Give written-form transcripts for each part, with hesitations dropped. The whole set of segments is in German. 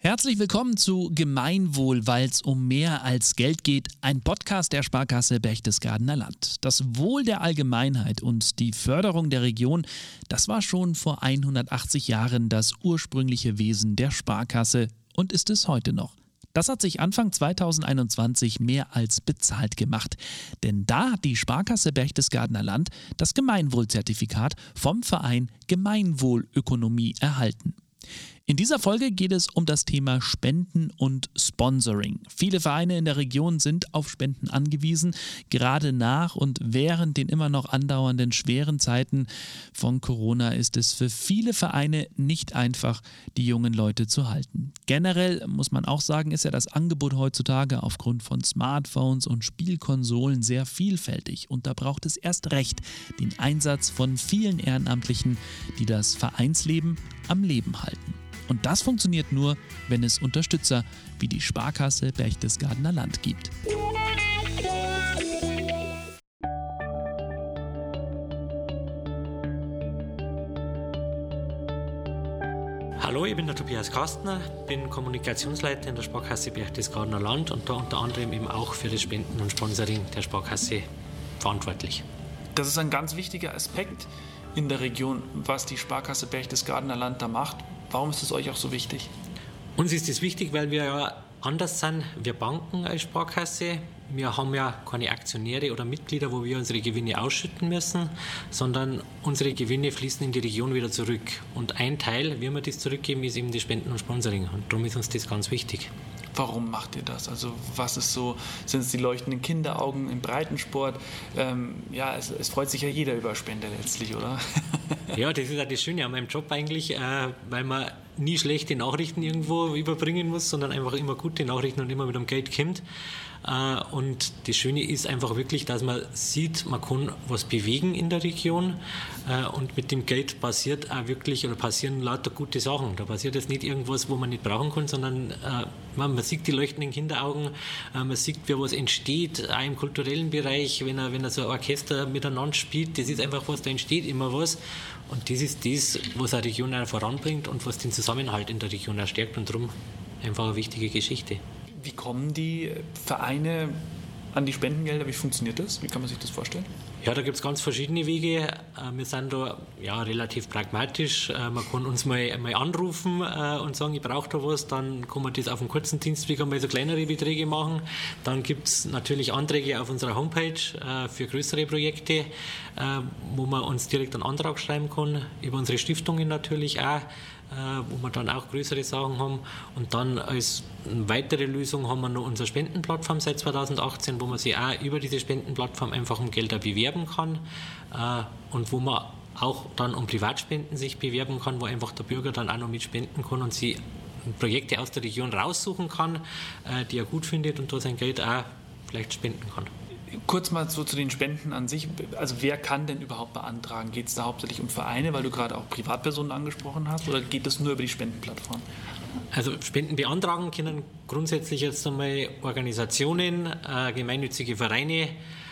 Herzlich willkommen zu Gemeinwohl, weil es um mehr als Geld geht. Ein Podcast der Sparkasse Berchtesgadener Land. Das Wohl der Allgemeinheit und die Förderung der Region, das war schon vor 180 Jahren das ursprüngliche Wesen der Sparkasse und ist es heute noch. Das hat sich Anfang 2021 mehr als bezahlt gemacht. Denn da hat die Sparkasse Berchtesgadener Land das Gemeinwohlzertifikat vom Verein Gemeinwohlökonomie erhalten. In dieser Folge geht es um das Thema Spenden und Sponsoring. Viele Vereine in der Region sind auf Spenden angewiesen, gerade nach und während den immer noch andauernden schweren Zeiten von Corona ist es für viele Vereine nicht einfach, die jungen Leute zu halten. Generell muss man auch sagen, ist ja das Angebot heutzutage aufgrund von Smartphones und Spielkonsolen sehr vielfältig und da braucht es erst recht den Einsatz von vielen Ehrenamtlichen, die das Vereinsleben am Leben halten. Und das funktioniert nur, wenn es Unterstützer wie die Sparkasse Berchtesgadener Land gibt. Hallo, ich bin der Tobias Kastner, bin Kommunikationsleiter in der Sparkasse Berchtesgadener Land und da unter anderem eben auch für das Spenden und Sponsoring der Sparkasse verantwortlich. Das ist ein ganz wichtiger Aspekt in der Region, was die Sparkasse Berchtesgadener Land da macht. Warum ist es euch auch so wichtig? Uns ist es wichtig, weil wir ja anders sind. Wir Banken als Sparkasse. Wir haben ja keine Aktionäre oder Mitglieder, wo wir unsere Gewinne ausschütten müssen, sondern unsere Gewinne fließen in die Region wieder zurück. Und ein Teil, wie wir das zurückgeben, ist eben das Spenden und Sponsoring. Und darum ist uns das ganz wichtig. Warum macht ihr das? Also was ist so, sind es die leuchtenden Kinderaugen im Breitensport? Es freut sich ja jeder über Spende letztlich, oder? Ja, das ist auch das Schöne an meinem Job eigentlich, weil man nie schlechte Nachrichten irgendwo überbringen muss, sondern einfach immer gute Nachrichten und immer mit dem Geld kommt. Und das Schöne ist einfach wirklich, dass man sieht, man kann was bewegen in der Region und mit dem Geld passieren lauter gute Sachen. Da passiert jetzt nicht irgendwas, wo man nicht brauchen kann, sondern man sieht die leuchtenden Kinderaugen, man sieht, wie was entsteht, auch im kulturellen Bereich, wenn er so ein Orchester miteinander spielt, das ist einfach was, da entsteht immer was. Und das ist das, was eine Region auch voranbringt und was den Zusammenhalt in der Region auch stärkt und darum einfach eine wichtige Geschichte. Wie kommen die Vereine an die Spendengelder? Wie funktioniert das? Wie kann man sich das vorstellen? Ja, da gibt es ganz verschiedene Wege. Wir sind da relativ pragmatisch. Man kann uns mal anrufen und sagen, ich brauche da was. Dann kann man das auf einem kurzen Dienstweg einmal so kleinere Beträge machen. Dann gibt es natürlich Anträge auf unserer Homepage für größere Projekte, wo man uns direkt einen Antrag schreiben kann. Über unsere Stiftungen natürlich auch, wo wir dann auch größere Sachen haben. Und dann als weitere Lösung haben wir noch unsere Spendenplattform seit 2018, wo man sich auch über diese Spendenplattform einfach um Gelder bewerben kann und wo man auch dann um Privatspenden sich bewerben kann, wo einfach der Bürger dann auch noch mitspenden kann und sich Projekte aus der Region raussuchen kann, die er gut findet und da sein Geld auch vielleicht spenden kann. Kurz mal so zu den Spenden an sich. Also wer kann denn überhaupt beantragen? Geht es da hauptsächlich um Vereine, weil du gerade auch Privatpersonen angesprochen hast, oder geht das nur über die Spendenplattform? Also Spenden beantragen können grundsätzlich jetzt einmal Organisationen, gemeinnützige Vereine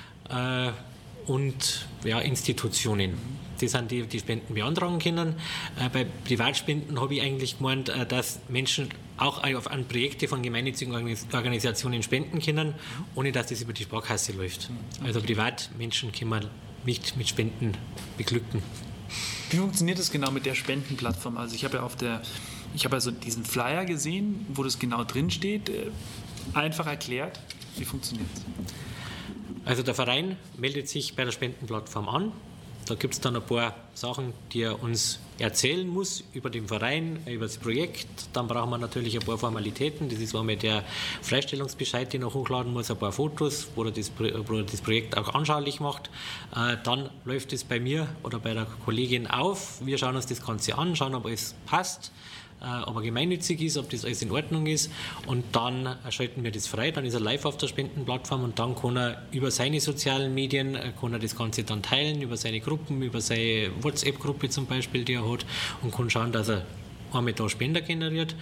und Institutionen. Das sind die Spenden beantragen können. Bei Privatspenden habe ich eigentlich gemeint, dass Menschen auch an Projekte von gemeinnützigen Organisationen spenden können, ohne dass das über die Sparkasse läuft. Also Privatmenschen können wir nicht mit Spenden beglücken. Wie funktioniert das genau mit der Spendenplattform? Also ich habe ja so diesen Flyer gesehen, wo das genau drin steht. Einfach erklärt, wie funktioniert es? Also der Verein meldet sich bei der Spendenplattform an. Da gibt es dann ein paar Sachen, die er uns erzählen muss über den Verein, über das Projekt. Dann brauchen wir natürlich ein paar Formalitäten. Das ist einmal der Freistellungsbescheid, den er hochladen muss, ein paar Fotos, wo er das Projekt auch anschaulich macht. Dann läuft es bei mir oder bei der Kollegin auf. Wir schauen uns das Ganze an, schauen, ob es passt, ob er gemeinnützig ist, ob das alles in Ordnung ist, und dann schalten wir das frei, dann ist er live auf der Spendenplattform und dann kann er über seine sozialen Medien das Ganze dann teilen, über seine Gruppen, über seine WhatsApp-Gruppe zum Beispiel, die er hat, und kann schauen, dass er einmal da Spender generiert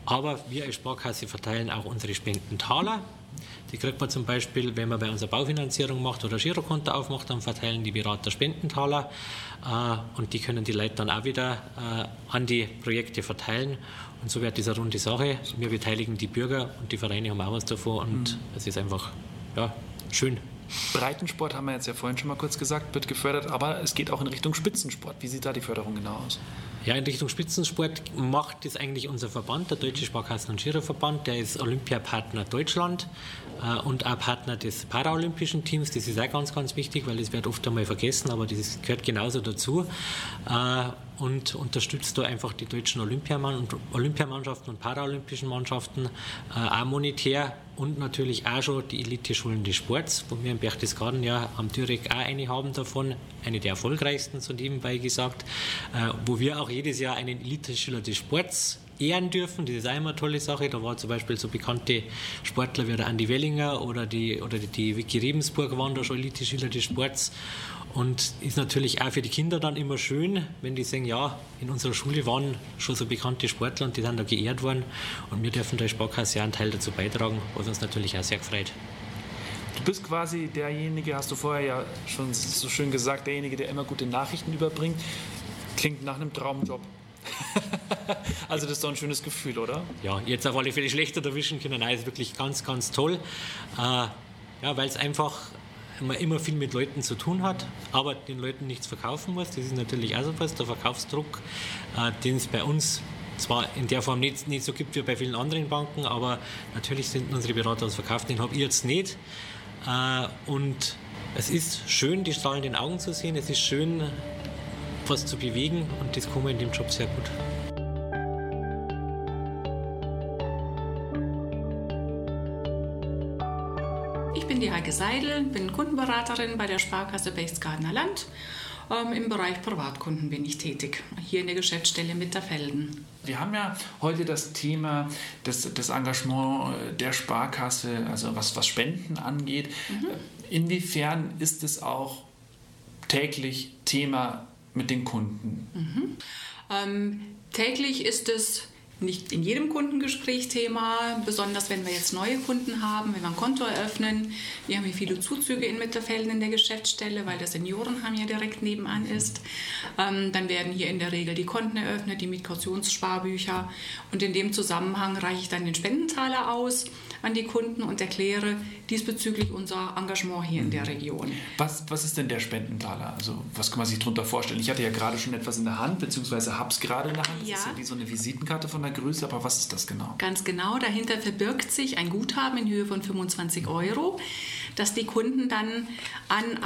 Aber wir als Sparkasse verteilen auch unsere Spendentaler. Die kriegt man zum Beispiel, wenn man bei unserer Baufinanzierung macht oder Girokonto aufmacht, dann verteilen die Berater Spendentaler und die können die Leute dann auch wieder an die Projekte verteilen. Und so wird das eine runde Sache. Wir beteiligen die Bürger und die Vereine haben auch was davon und es ist einfach schön. Breitensport haben wir jetzt ja vorhin schon mal kurz gesagt, wird gefördert, aber es geht auch in Richtung Spitzensport. Wie sieht da die Förderung genau aus? Ja, in Richtung Spitzensport macht das eigentlich unser Verband, der Deutsche Sparkassen- und Giroverband. Der ist Olympiapartner Deutschland und auch Partner des paralympischen Teams. Das ist auch ganz, ganz wichtig, weil das wird oft einmal vergessen, aber das gehört genauso dazu. Und unterstützt da einfach die deutschen Olympiamannschaften und paralympischen Mannschaften auch monetär und natürlich auch schon die Elite-Schulen des Sports, wo wir in Berchtesgaden ja am Dürek auch eine haben davon, eine der erfolgreichsten, so nebenbei gesagt, wo wir auch jedes Jahr einen Elite-Schüler des Sports ehren dürfen. Das ist auch immer eine tolle Sache. Da war zum Beispiel so bekannte Sportler wie der Andi Wellinger oder die Vicky Rebensburg waren da schon Elite-Schüler des Sports. Und ist natürlich auch für die Kinder dann immer schön, wenn die sagen, ja, in unserer Schule waren schon so bekannte Sportler und die sind da geehrt worden. Und wir dürfen da als Sparkasse einen Teil dazu beitragen, was uns natürlich auch sehr gefreut. Du bist quasi derjenige, hast du vorher ja schon so schön gesagt, derjenige, der immer gute Nachrichten überbringt. Klingt nach einem Traumjob. Also das ist doch ein schönes Gefühl, oder? Ja, jetzt auf alle Fälle schlechter erwischen können. Nein, ist wirklich ganz, ganz toll. Weil es einfach man immer viel mit Leuten zu tun hat, aber den Leuten nichts verkaufen muss. Das ist natürlich auch so was, der Verkaufsdruck, den es bei uns zwar in der Form nicht so gibt wie bei vielen anderen Banken, aber natürlich sind unsere Berater aus Verkauf, den habe ich jetzt nicht. Und es ist schön, die strahlenden Augen zu sehen, es ist schön, was zu bewegen und das kann man in dem Job sehr gut. Ich bin die Heike Seidel, bin Kundenberaterin bei der Sparkasse Berchtesgadener Land. Im Bereich Privatkunden bin ich tätig, hier in der Geschäftsstelle Mitterfelden. Wir haben ja heute das Thema des Engagement der Sparkasse, also was Spenden angeht. Inwiefern ist es auch täglich Thema mit den Kunden? Täglich ist es nicht in jedem Kundengespräch Thema, besonders wenn wir jetzt neue Kunden haben, wenn wir ein Konto eröffnen. Wir haben hier viele Zuzüge in Mitterfelden in der Geschäftsstelle, weil das Seniorenheim ja direkt nebenan ist. Dann werden hier in der Regel die Konten eröffnet, die Mietkautionssparbücher. Und in dem Zusammenhang reiche ich dann den Spendentaler aus an die Kunden und erkläre diesbezüglich unser Engagement hier in der Region. Was ist denn der Spendentaler? Also was kann man sich darunter vorstellen? Ich hatte ja gerade schon etwas in der Hand, beziehungsweise habe es gerade in der Hand. Das ist ja wie so eine Visitenkarte von der Größe, aber was ist das genau? Ganz genau, dahinter verbirgt sich ein Guthaben in Höhe von 25 €, das die Kunden dann an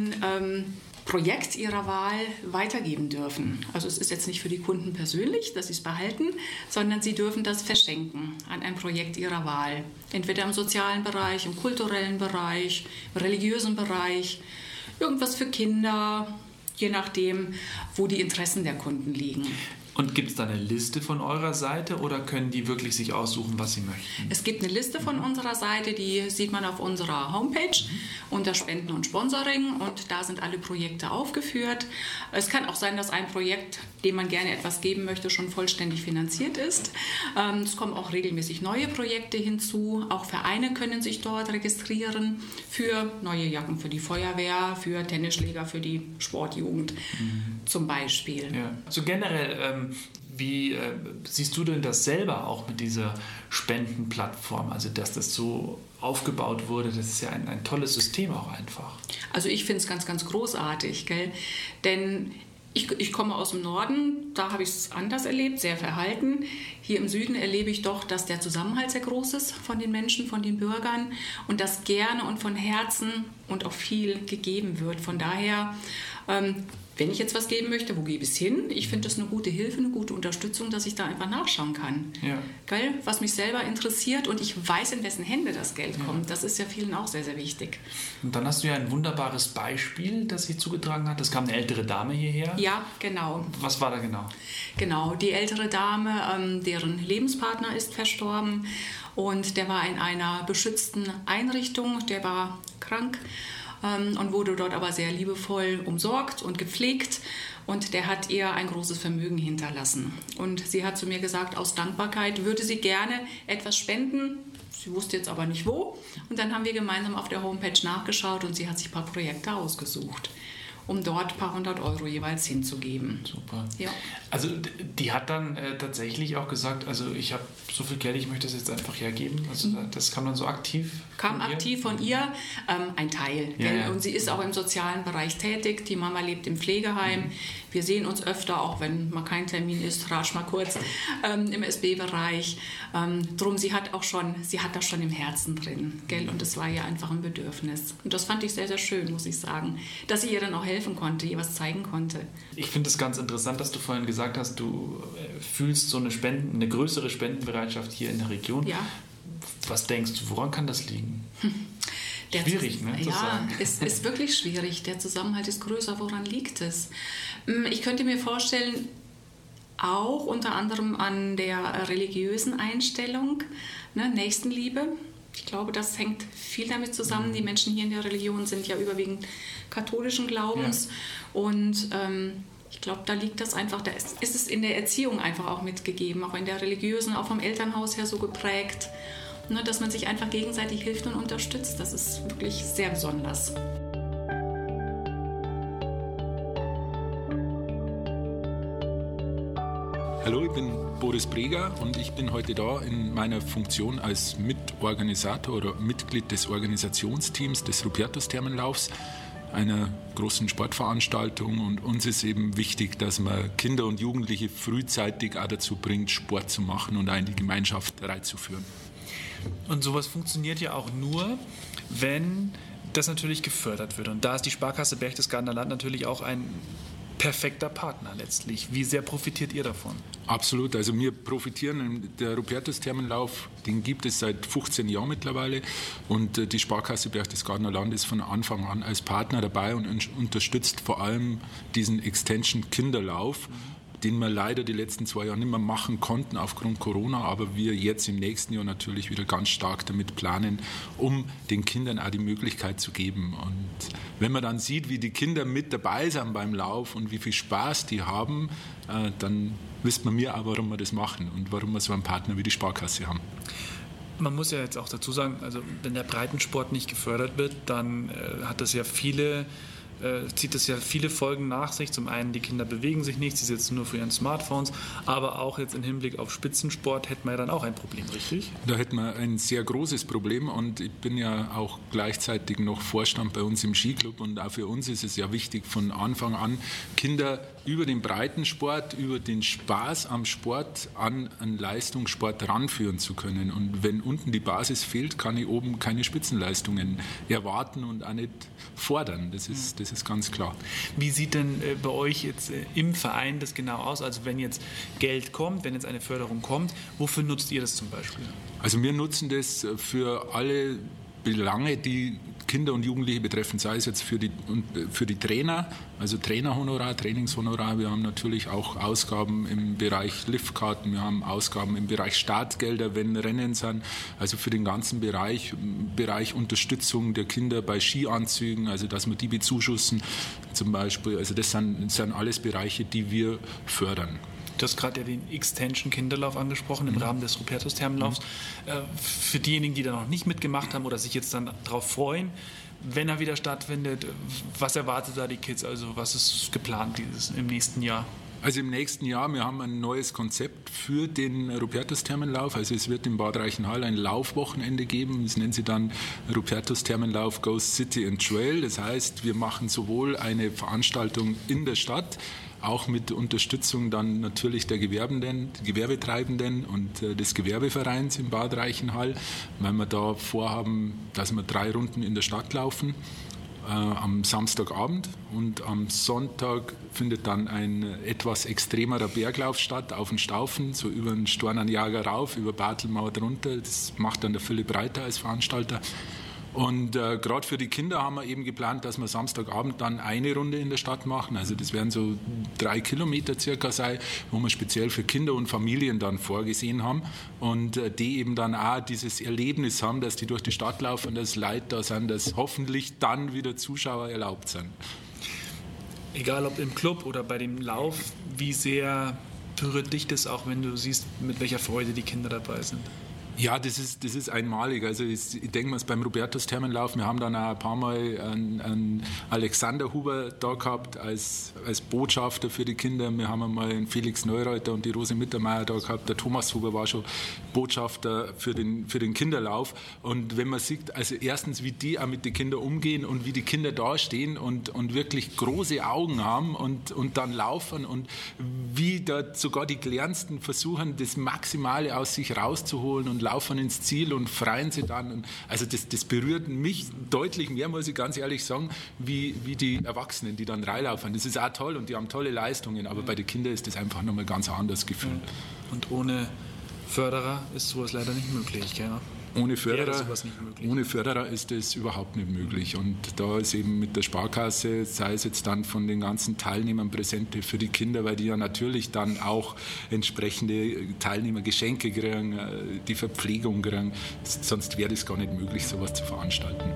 ein Projekt ihrer Wahl weitergeben dürfen. Also es ist jetzt nicht für die Kunden persönlich, dass sie es behalten, sondern sie dürfen das verschenken an ein Projekt ihrer Wahl. Entweder im sozialen Bereich, im kulturellen Bereich, im religiösen Bereich, irgendwas für Kinder, je nachdem, wo die Interessen der Kunden liegen. Und gibt es da eine Liste von eurer Seite oder können die wirklich sich aussuchen, was sie möchten? Es gibt eine Liste von unserer Seite, die sieht man auf unserer Homepage unter Spenden und Sponsoring und da sind alle Projekte aufgeführt. Es kann auch sein, dass ein Projekt, dem man gerne etwas geben möchte, schon vollständig finanziert ist. Es kommen auch regelmäßig neue Projekte hinzu. Auch Vereine können sich dort registrieren für neue Jacken für die Feuerwehr, für Tennisschläger, für die Sportjugend zum Beispiel. Ja. So generell, wie siehst du denn das selber auch mit dieser Spendenplattform? Also dass das so aufgebaut wurde, das ist ja ein tolles System auch einfach. Also ich finde es ganz, ganz großartig, gell? Denn ich komme aus dem Norden, da habe ich es anders erlebt, sehr verhalten. Hier im Süden erlebe ich doch, dass der Zusammenhalt sehr groß ist von den Menschen, von den Bürgern und dass gerne und von Herzen und auch viel gegeben wird. Von daher, wenn ich jetzt was geben möchte, wo gebe ich es hin? Ich finde das eine gute Hilfe, eine gute Unterstützung, dass ich da einfach nachschauen kann. Ja. Geil, was mich selber interessiert und ich weiß, in wessen Hände das Geld kommt. Das ist ja vielen auch sehr, sehr wichtig. Und dann hast du ja ein wunderbares Beispiel, das sich zugetragen hat. Es kam eine ältere Dame hierher. Ja, genau. Was war da genau? Genau, die ältere Dame, deren Lebenspartner ist verstorben und der war in einer beschützten Einrichtung, der war krank und wurde dort aber sehr liebevoll umsorgt und gepflegt. und der hat ihr ein großes Vermögen hinterlassen. Und sie hat zu mir gesagt, aus Dankbarkeit würde sie gerne etwas spenden. Sie wusste jetzt aber nicht wo. Und dann haben wir gemeinsam auf der Homepage nachgeschaut und sie hat sich ein paar Projekte ausgesucht, um dort ein paar 100 Euro jeweils hinzugeben. Super. Ja. Also die hat dann tatsächlich auch gesagt, also ich habe so viel Geld, ich möchte das jetzt einfach hergeben. Also das kam dann so aktiv Kam aktiv von ihr, ein Teil. Ja. Und sie ist auch im sozialen Bereich tätig. Die Mama lebt im Pflegeheim. Wir sehen uns öfter, auch wenn mal kein Termin ist, rasch mal kurz im SB-Bereich. Drum, sie hat das schon im Herzen drin. Gell? Und das war ihr einfach ein Bedürfnis. Und das fand ich sehr, sehr schön, muss ich sagen, dass ich ihr dann auch helfen konnte, ihr was zeigen konnte. Ich finde es ganz interessant, dass du vorhin gesagt hast, du fühlst so eine größere Spendenbereitschaft hier in der Region. Ja. Was denkst du, woran kann das liegen? Schwierig, ne? Zu Ja, sagen. es ist wirklich schwierig. Der Zusammenhalt ist größer. Woran liegt es? Ich könnte mir vorstellen, auch unter anderem an der religiösen Einstellung, ne, Nächstenliebe. Ich glaube, das hängt viel damit zusammen. Die Menschen hier in der Religion sind ja überwiegend katholischen Glaubens. Ja. Und ich glaube, da liegt das einfach, da ist es in der Erziehung einfach auch mitgegeben, auch in der religiösen, auch vom Elternhaus her so geprägt, ne, dass man sich einfach gegenseitig hilft und unterstützt. Das ist wirklich sehr besonders. Hallo, ich bin Boris Breger und ich bin heute da in meiner Funktion als Mitorganisator oder Mitglied des Organisationsteams des Rupertus-Thermenlaufs, einer großen Sportveranstaltung. Und uns ist eben wichtig, dass man Kinder und Jugendliche frühzeitig auch dazu bringt, Sport zu machen und auch in die Gemeinschaft reinzuführen. Und sowas funktioniert ja auch nur, wenn das natürlich gefördert wird. Und da ist die Sparkasse Berchtesgadener Land natürlich auch ein perfekter Partner letztlich. Wie sehr profitiert ihr davon? Absolut, also wir profitieren. Der Rupertus-Thermenlauf, den gibt es seit 15 Jahren mittlerweile und die Sparkasse Berchtesgadener Land ist von Anfang an als Partner dabei und unterstützt vor allem diesen Extension-Kinderlauf, den wir leider die letzten 2 Jahre nicht mehr machen konnten aufgrund Corona, aber wir jetzt im nächsten Jahr natürlich wieder ganz stark damit planen, um den Kindern auch die Möglichkeit zu geben. Und wenn man dann sieht, wie die Kinder mit dabei sind beim Lauf und wie viel Spaß die haben, dann wisst man mir auch, warum wir das machen und warum wir so einen Partner wie die Sparkasse haben. Man muss ja jetzt auch dazu sagen, also wenn der Breitensport nicht gefördert wird, dann zieht das ja viele Folgen nach sich. Zum einen, die Kinder bewegen sich nicht, sie sitzen nur vor ihren Smartphones, aber auch jetzt im Hinblick auf Spitzensport hätten wir ja dann auch ein Problem, richtig? Da hätten wir ein sehr großes Problem und ich bin ja auch gleichzeitig noch Vorstand bei uns im Skiclub und auch für uns ist es ja wichtig, von Anfang an Kinder über den Breitensport, über den Spaß am Sport an einen Leistungssport ranführen zu können. Und wenn unten die Basis fehlt, kann ich oben keine Spitzenleistungen erwarten und auch nicht fordern. Das ist ganz klar. Wie sieht denn bei euch jetzt im Verein das genau aus? Also wenn jetzt Geld kommt, wenn jetzt eine Förderung kommt, wofür nutzt ihr das zum Beispiel? Also wir nutzen das für alle Belange, die Kinder und Jugendliche betreffen, sei es jetzt für die Trainer, also Trainerhonorar, Trainingshonorar. Wir haben natürlich auch Ausgaben im Bereich Liftkarten, wir haben Ausgaben im Bereich Startgelder, wenn Rennen sind, also für den ganzen Bereich Unterstützung der Kinder bei Skianzügen, also dass wir die bezuschussen zum Beispiel. Also das sind alles Bereiche, die wir fördern. Du hast gerade ja den Extension-Kinderlauf angesprochen im Rahmen des Rupertus-Thermenlaufs. Für diejenigen, die da noch nicht mitgemacht haben oder sich jetzt dann darauf freuen, wenn er wieder stattfindet, was erwartet da die Kids? Also was ist geplant im nächsten Jahr? Also im nächsten Jahr, wir haben ein neues Konzept für den Rupertus-Thermenlauf. Also es wird in Bad Reichenhall ein Laufwochenende geben. Das nennt sich dann Rupertus-Thermenlauf Goes City and Trail. Das heißt, wir machen sowohl eine Veranstaltung in der Stadt, auch mit Unterstützung dann natürlich der Gewerbetreibenden und des Gewerbevereins in Bad Reichenhall, weil wir da vorhaben, dass wir 3 Runden in der Stadt laufen. Am Samstagabend und am Sonntag findet dann ein etwas extremerer Berglauf statt auf den Staufen, so über den Stornenjager rauf, über Bartelmauer drunter. Das macht dann der Philipp Reiter als Veranstalter. Und gerade für die Kinder haben wir eben geplant, dass wir Samstagabend dann eine Runde in der Stadt machen. Also das werden so 3 Kilometer circa sein, wo wir speziell für Kinder und Familien dann vorgesehen haben. Und die eben dann auch dieses Erlebnis haben, dass die durch die Stadt laufen, dass Leute da sind, dass hoffentlich dann wieder Zuschauer erlaubt sind. egal ob im Club oder bei dem Lauf, wie sehr berührt dich das auch, wenn du siehst, mit welcher Freude die Kinder dabei sind? Ja, das ist einmalig. Also ich denke mal, beim Robertus-Thermenlauf, wir haben dann auch ein paar Mal einen Alexander Huber da gehabt als Botschafter für die Kinder. Wir haben einmal einen Felix Neureuter und die Rose Mittermeier da gehabt. Der Thomas Huber war schon Botschafter für den Kinderlauf. Und wenn man sieht, also erstens, wie die auch mit den Kindern umgehen und wie die Kinder da stehen und wirklich große Augen haben und dann laufen und wie da sogar die Kleinsten versuchen, das Maximale aus sich rauszuholen und laufen ins Ziel und freuen sich dann. Und also das berührt mich deutlich mehr, muss ich ganz ehrlich sagen, wie die Erwachsenen, die dann reinlaufen. Das ist auch toll und die haben tolle Leistungen, aber bei den Kindern ist das einfach nochmal ganz anderes Gefühl. Und ohne Förderer ist sowas leider nicht möglich, gell? Ohne Förderer ist das überhaupt nicht möglich. Und da ist eben mit der Sparkasse, sei es jetzt dann von den ganzen Teilnehmern Präsente für die Kinder, weil die ja natürlich dann auch entsprechende Teilnehmergeschenke kriegen, die Verpflegung kriegen. Sonst wäre das gar nicht möglich, sowas zu veranstalten.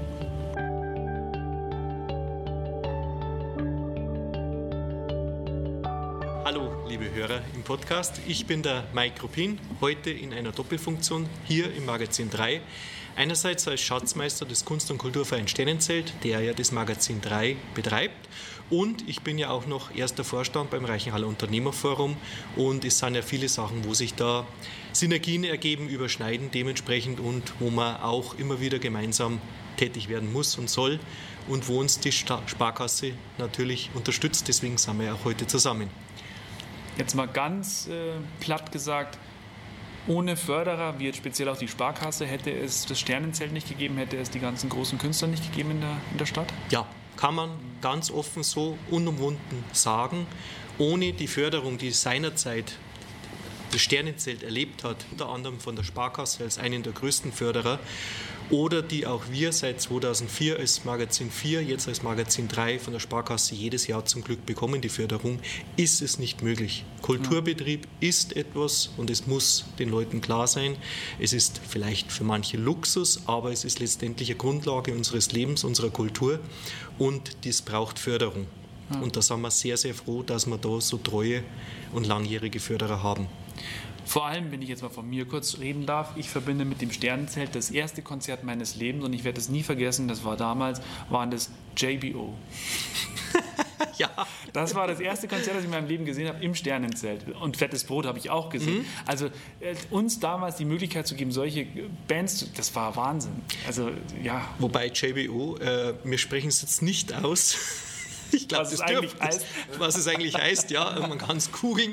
Hallo, liebe Hörer im Podcast. Ich bin der Mike Ruppin, heute in einer Doppelfunktion hier im Magazin 3. Einerseits als Schatzmeister des Kunst- und Kulturvereins Sternenzelt, der ja das Magazin 3 betreibt. Und ich bin ja auch noch erster Vorstand beim Reichenhaller Unternehmerforum. Und es sind ja viele Sachen, wo sich da Synergien ergeben, überschneiden dementsprechend und wo man auch immer wieder gemeinsam tätig werden muss und soll. Und wo uns die Sparkasse natürlich unterstützt. Deswegen sind wir ja auch heute zusammen. Jetzt mal ganz platt gesagt, ohne Förderer, wie jetzt speziell auch die Sparkasse, hätte es das Sternenzelt nicht gegeben, hätte es die ganzen großen Künstler nicht gegeben in der Stadt? Ja, kann man ganz offen so unumwunden sagen. Ohne die Förderung, die seinerzeit das Sternenzelt erlebt hat, unter anderem von der Sparkasse als einen der größten Förderer, oder die auch wir seit 2004 als Magazin 4, jetzt als Magazin 3 von der Sparkasse jedes Jahr zum Glück bekommen, die Förderung, ist es nicht möglich. Kulturbetrieb ist etwas und es muss den Leuten klar sein. Es ist vielleicht für manche Luxus, aber es ist letztendlich eine Grundlage unseres Lebens, unserer Kultur und dies braucht Förderung. Ja. Und da sind wir sehr, sehr froh, dass wir da so treue und langjährige Förderer haben. Vor allem, wenn ich jetzt mal von mir kurz reden darf, ich verbinde mit dem Sternenzelt das erste Konzert meines Lebens und ich werde es nie vergessen, waren das JBO. Ja. Das war das erste Konzert, das ich in meinem Leben gesehen habe, im Sternenzelt. Und Fettes Brot habe ich auch gesehen. Also uns damals die Möglichkeit zu geben, solche Bands, das war Wahnsinn. Also ja. Wobei JBO, wir sprechen es jetzt nicht aus. Ich glaube, was es eigentlich heißt, ja, man kann es googeln.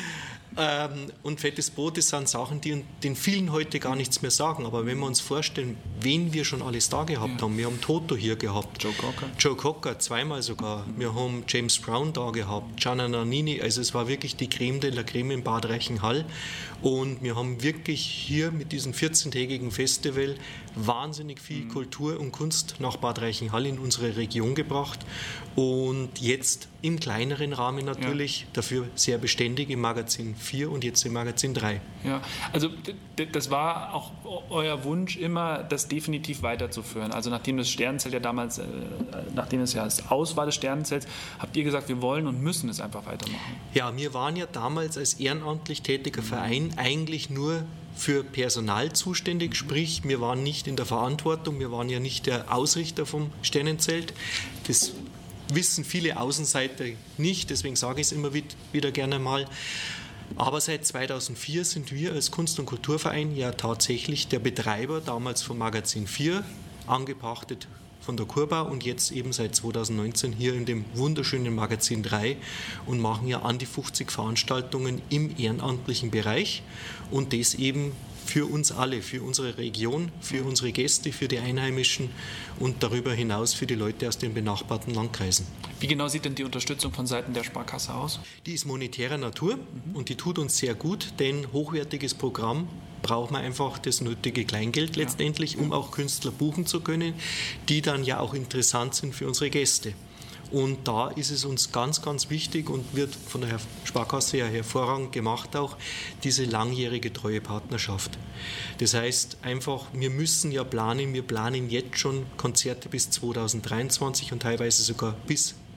Und Fettes Brot, das sind Sachen, die den vielen heute gar nichts mehr sagen. Aber wenn wir uns vorstellen, wen wir schon alles da gehabt haben. Wir haben Toto hier gehabt. Joe Cocker, zweimal sogar. Wir haben James Brown da gehabt. Gianna Nannini. Also es war wirklich die Creme de la Creme in Bad Reichenhall. Und wir haben wirklich hier mit diesem 14-tägigen Festival wahnsinnig viel Kultur und Kunst nach Bad Reichenhall in unsere Region gebracht. Und jetzt im kleineren Rahmen natürlich, dafür sehr beständig im Magazin 4 und jetzt im Magazin 3. Ja, also das war auch euer Wunsch immer, das definitiv weiterzuführen. Also nachdem das Sternenzelt ja damals, nachdem es ja aus war, das Sternenzelt, habt ihr gesagt, wir wollen und müssen es einfach weitermachen. Ja, wir waren ja damals als ehrenamtlich tätiger Verein eigentlich nur für Personal zuständig, sprich, wir waren nicht in der Verantwortung, wir waren ja nicht der Ausrichter vom Sternenzelt. Das wissen viele Außenseiter nicht, deswegen sage ich es immer wieder gerne mal. Aber seit 2004 sind wir als Kunst- und Kulturverein ja tatsächlich der Betreiber, damals vom Magazin 4, angepachtet von der Kurbau und jetzt eben seit 2019 hier in dem wunderschönen Magazin 3 und machen ja an die 50 Veranstaltungen im ehrenamtlichen Bereich und das eben für uns alle, für unsere Region, für unsere Gäste, für die Einheimischen und darüber hinaus für die Leute aus den benachbarten Landkreisen. Wie genau sieht denn die Unterstützung von Seiten der Sparkasse aus? Die ist monetärer Natur und die tut uns sehr gut, denn hochwertiges Programm braucht man einfach das nötige Kleingeld letztendlich, um auch Künstler buchen zu können, die dann ja auch interessant sind für unsere Gäste. Und da ist es uns ganz, ganz wichtig und wird von der Sparkasse ja hervorragend gemacht auch, diese langjährige treue Partnerschaft. Das heißt einfach, wir müssen ja planen, wir planen jetzt schon Konzerte bis 2023 und teilweise sogar bis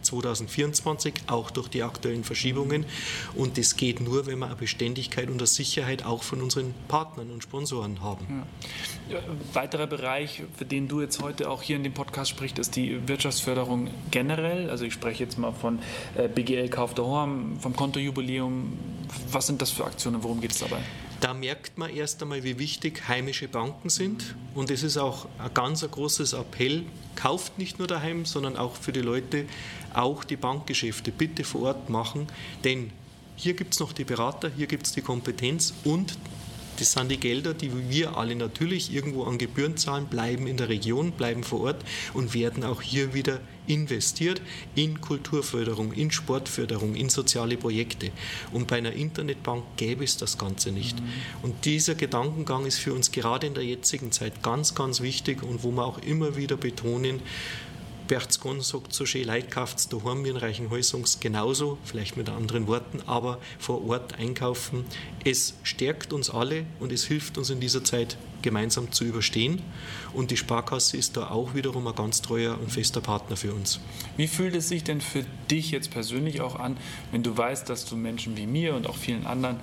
2024, auch durch die aktuellen Verschiebungen. Und das geht nur, wenn wir eine Beständigkeit und eine Sicherheit auch von unseren Partnern und Sponsoren haben. Ja. Weiterer Bereich, für den du jetzt heute auch hier in dem Podcast sprichst, ist die Wirtschaftsförderung generell. Also ich spreche jetzt mal von BGL Kauf daheim, vom Kontojubiläum. Was sind das für Aktionen? Worum geht es dabei? Da merkt man erst einmal, wie wichtig heimische Banken sind. Und es ist auch ein ganz großes Appell, kauft nicht nur daheim, sondern auch für die Leute auch die Bankgeschäfte bitte vor Ort machen. Denn hier gibt es noch die Berater, hier gibt es die Kompetenz und das sind die Gelder, die wir alle natürlich irgendwo an Gebühren zahlen, bleiben in der Region, bleiben vor Ort und werden auch hier wieder investiert in Kulturförderung, in Sportförderung, in soziale Projekte. Und bei einer Internetbank gäbe es das Ganze nicht. Und dieser Gedankengang ist für uns gerade in der jetzigen Zeit ganz, ganz wichtig und wo wir auch immer wieder betonen, Berchtesgaden sagt so schön, Leute kauft es daheim, wir in Reichenhall sagen es genauso, vielleicht mit anderen Worten, aber vor Ort einkaufen. Es stärkt uns alle und es hilft uns in dieser Zeit gemeinsam zu überstehen. Und die Sparkasse ist da auch wiederum ein ganz treuer und fester Partner für uns. Wie fühlt es sich denn für dich jetzt persönlich auch an, wenn du weißt, dass du Menschen wie mir und auch vielen anderen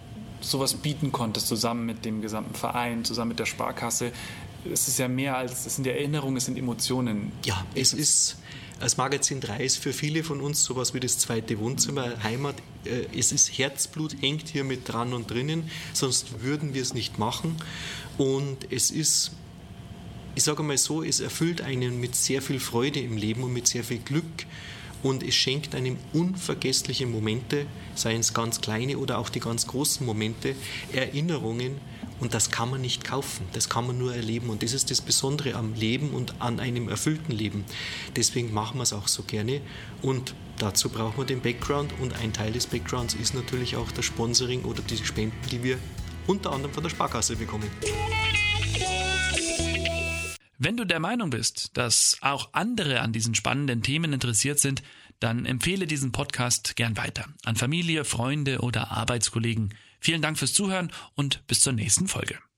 sowas bieten konntest, zusammen mit dem gesamten Verein, zusammen mit der Sparkasse? Es ist ja mehr als, es sind Erinnerungen, es sind Emotionen. Ja, es ist, als Magazin 3 ist für viele von uns sowas wie das zweite Wohnzimmer, Heimat. Es ist Herzblut, hängt hier mit dran und drinnen, sonst würden wir es nicht machen. Und es ist, ich sage mal so, es erfüllt einen mit sehr viel Freude im Leben und mit sehr viel Glück. Und es schenkt einem unvergessliche Momente, seien es ganz kleine oder auch die ganz großen Momente, Erinnerungen. Und das kann man nicht kaufen, das kann man nur erleben. Und das ist das Besondere am Leben und an einem erfüllten Leben. Deswegen machen wir es auch so gerne. Und dazu brauchen wir den Background. Und ein Teil des Backgrounds ist natürlich auch das Sponsoring oder die Spenden, die wir unter anderem von der Sparkasse bekommen. Wenn du der Meinung bist, dass auch andere an diesen spannenden Themen interessiert sind, dann empfehle diesen Podcast gern weiter an Familie, Freunde oder Arbeitskollegen. Vielen Dank fürs Zuhören und bis zur nächsten Folge.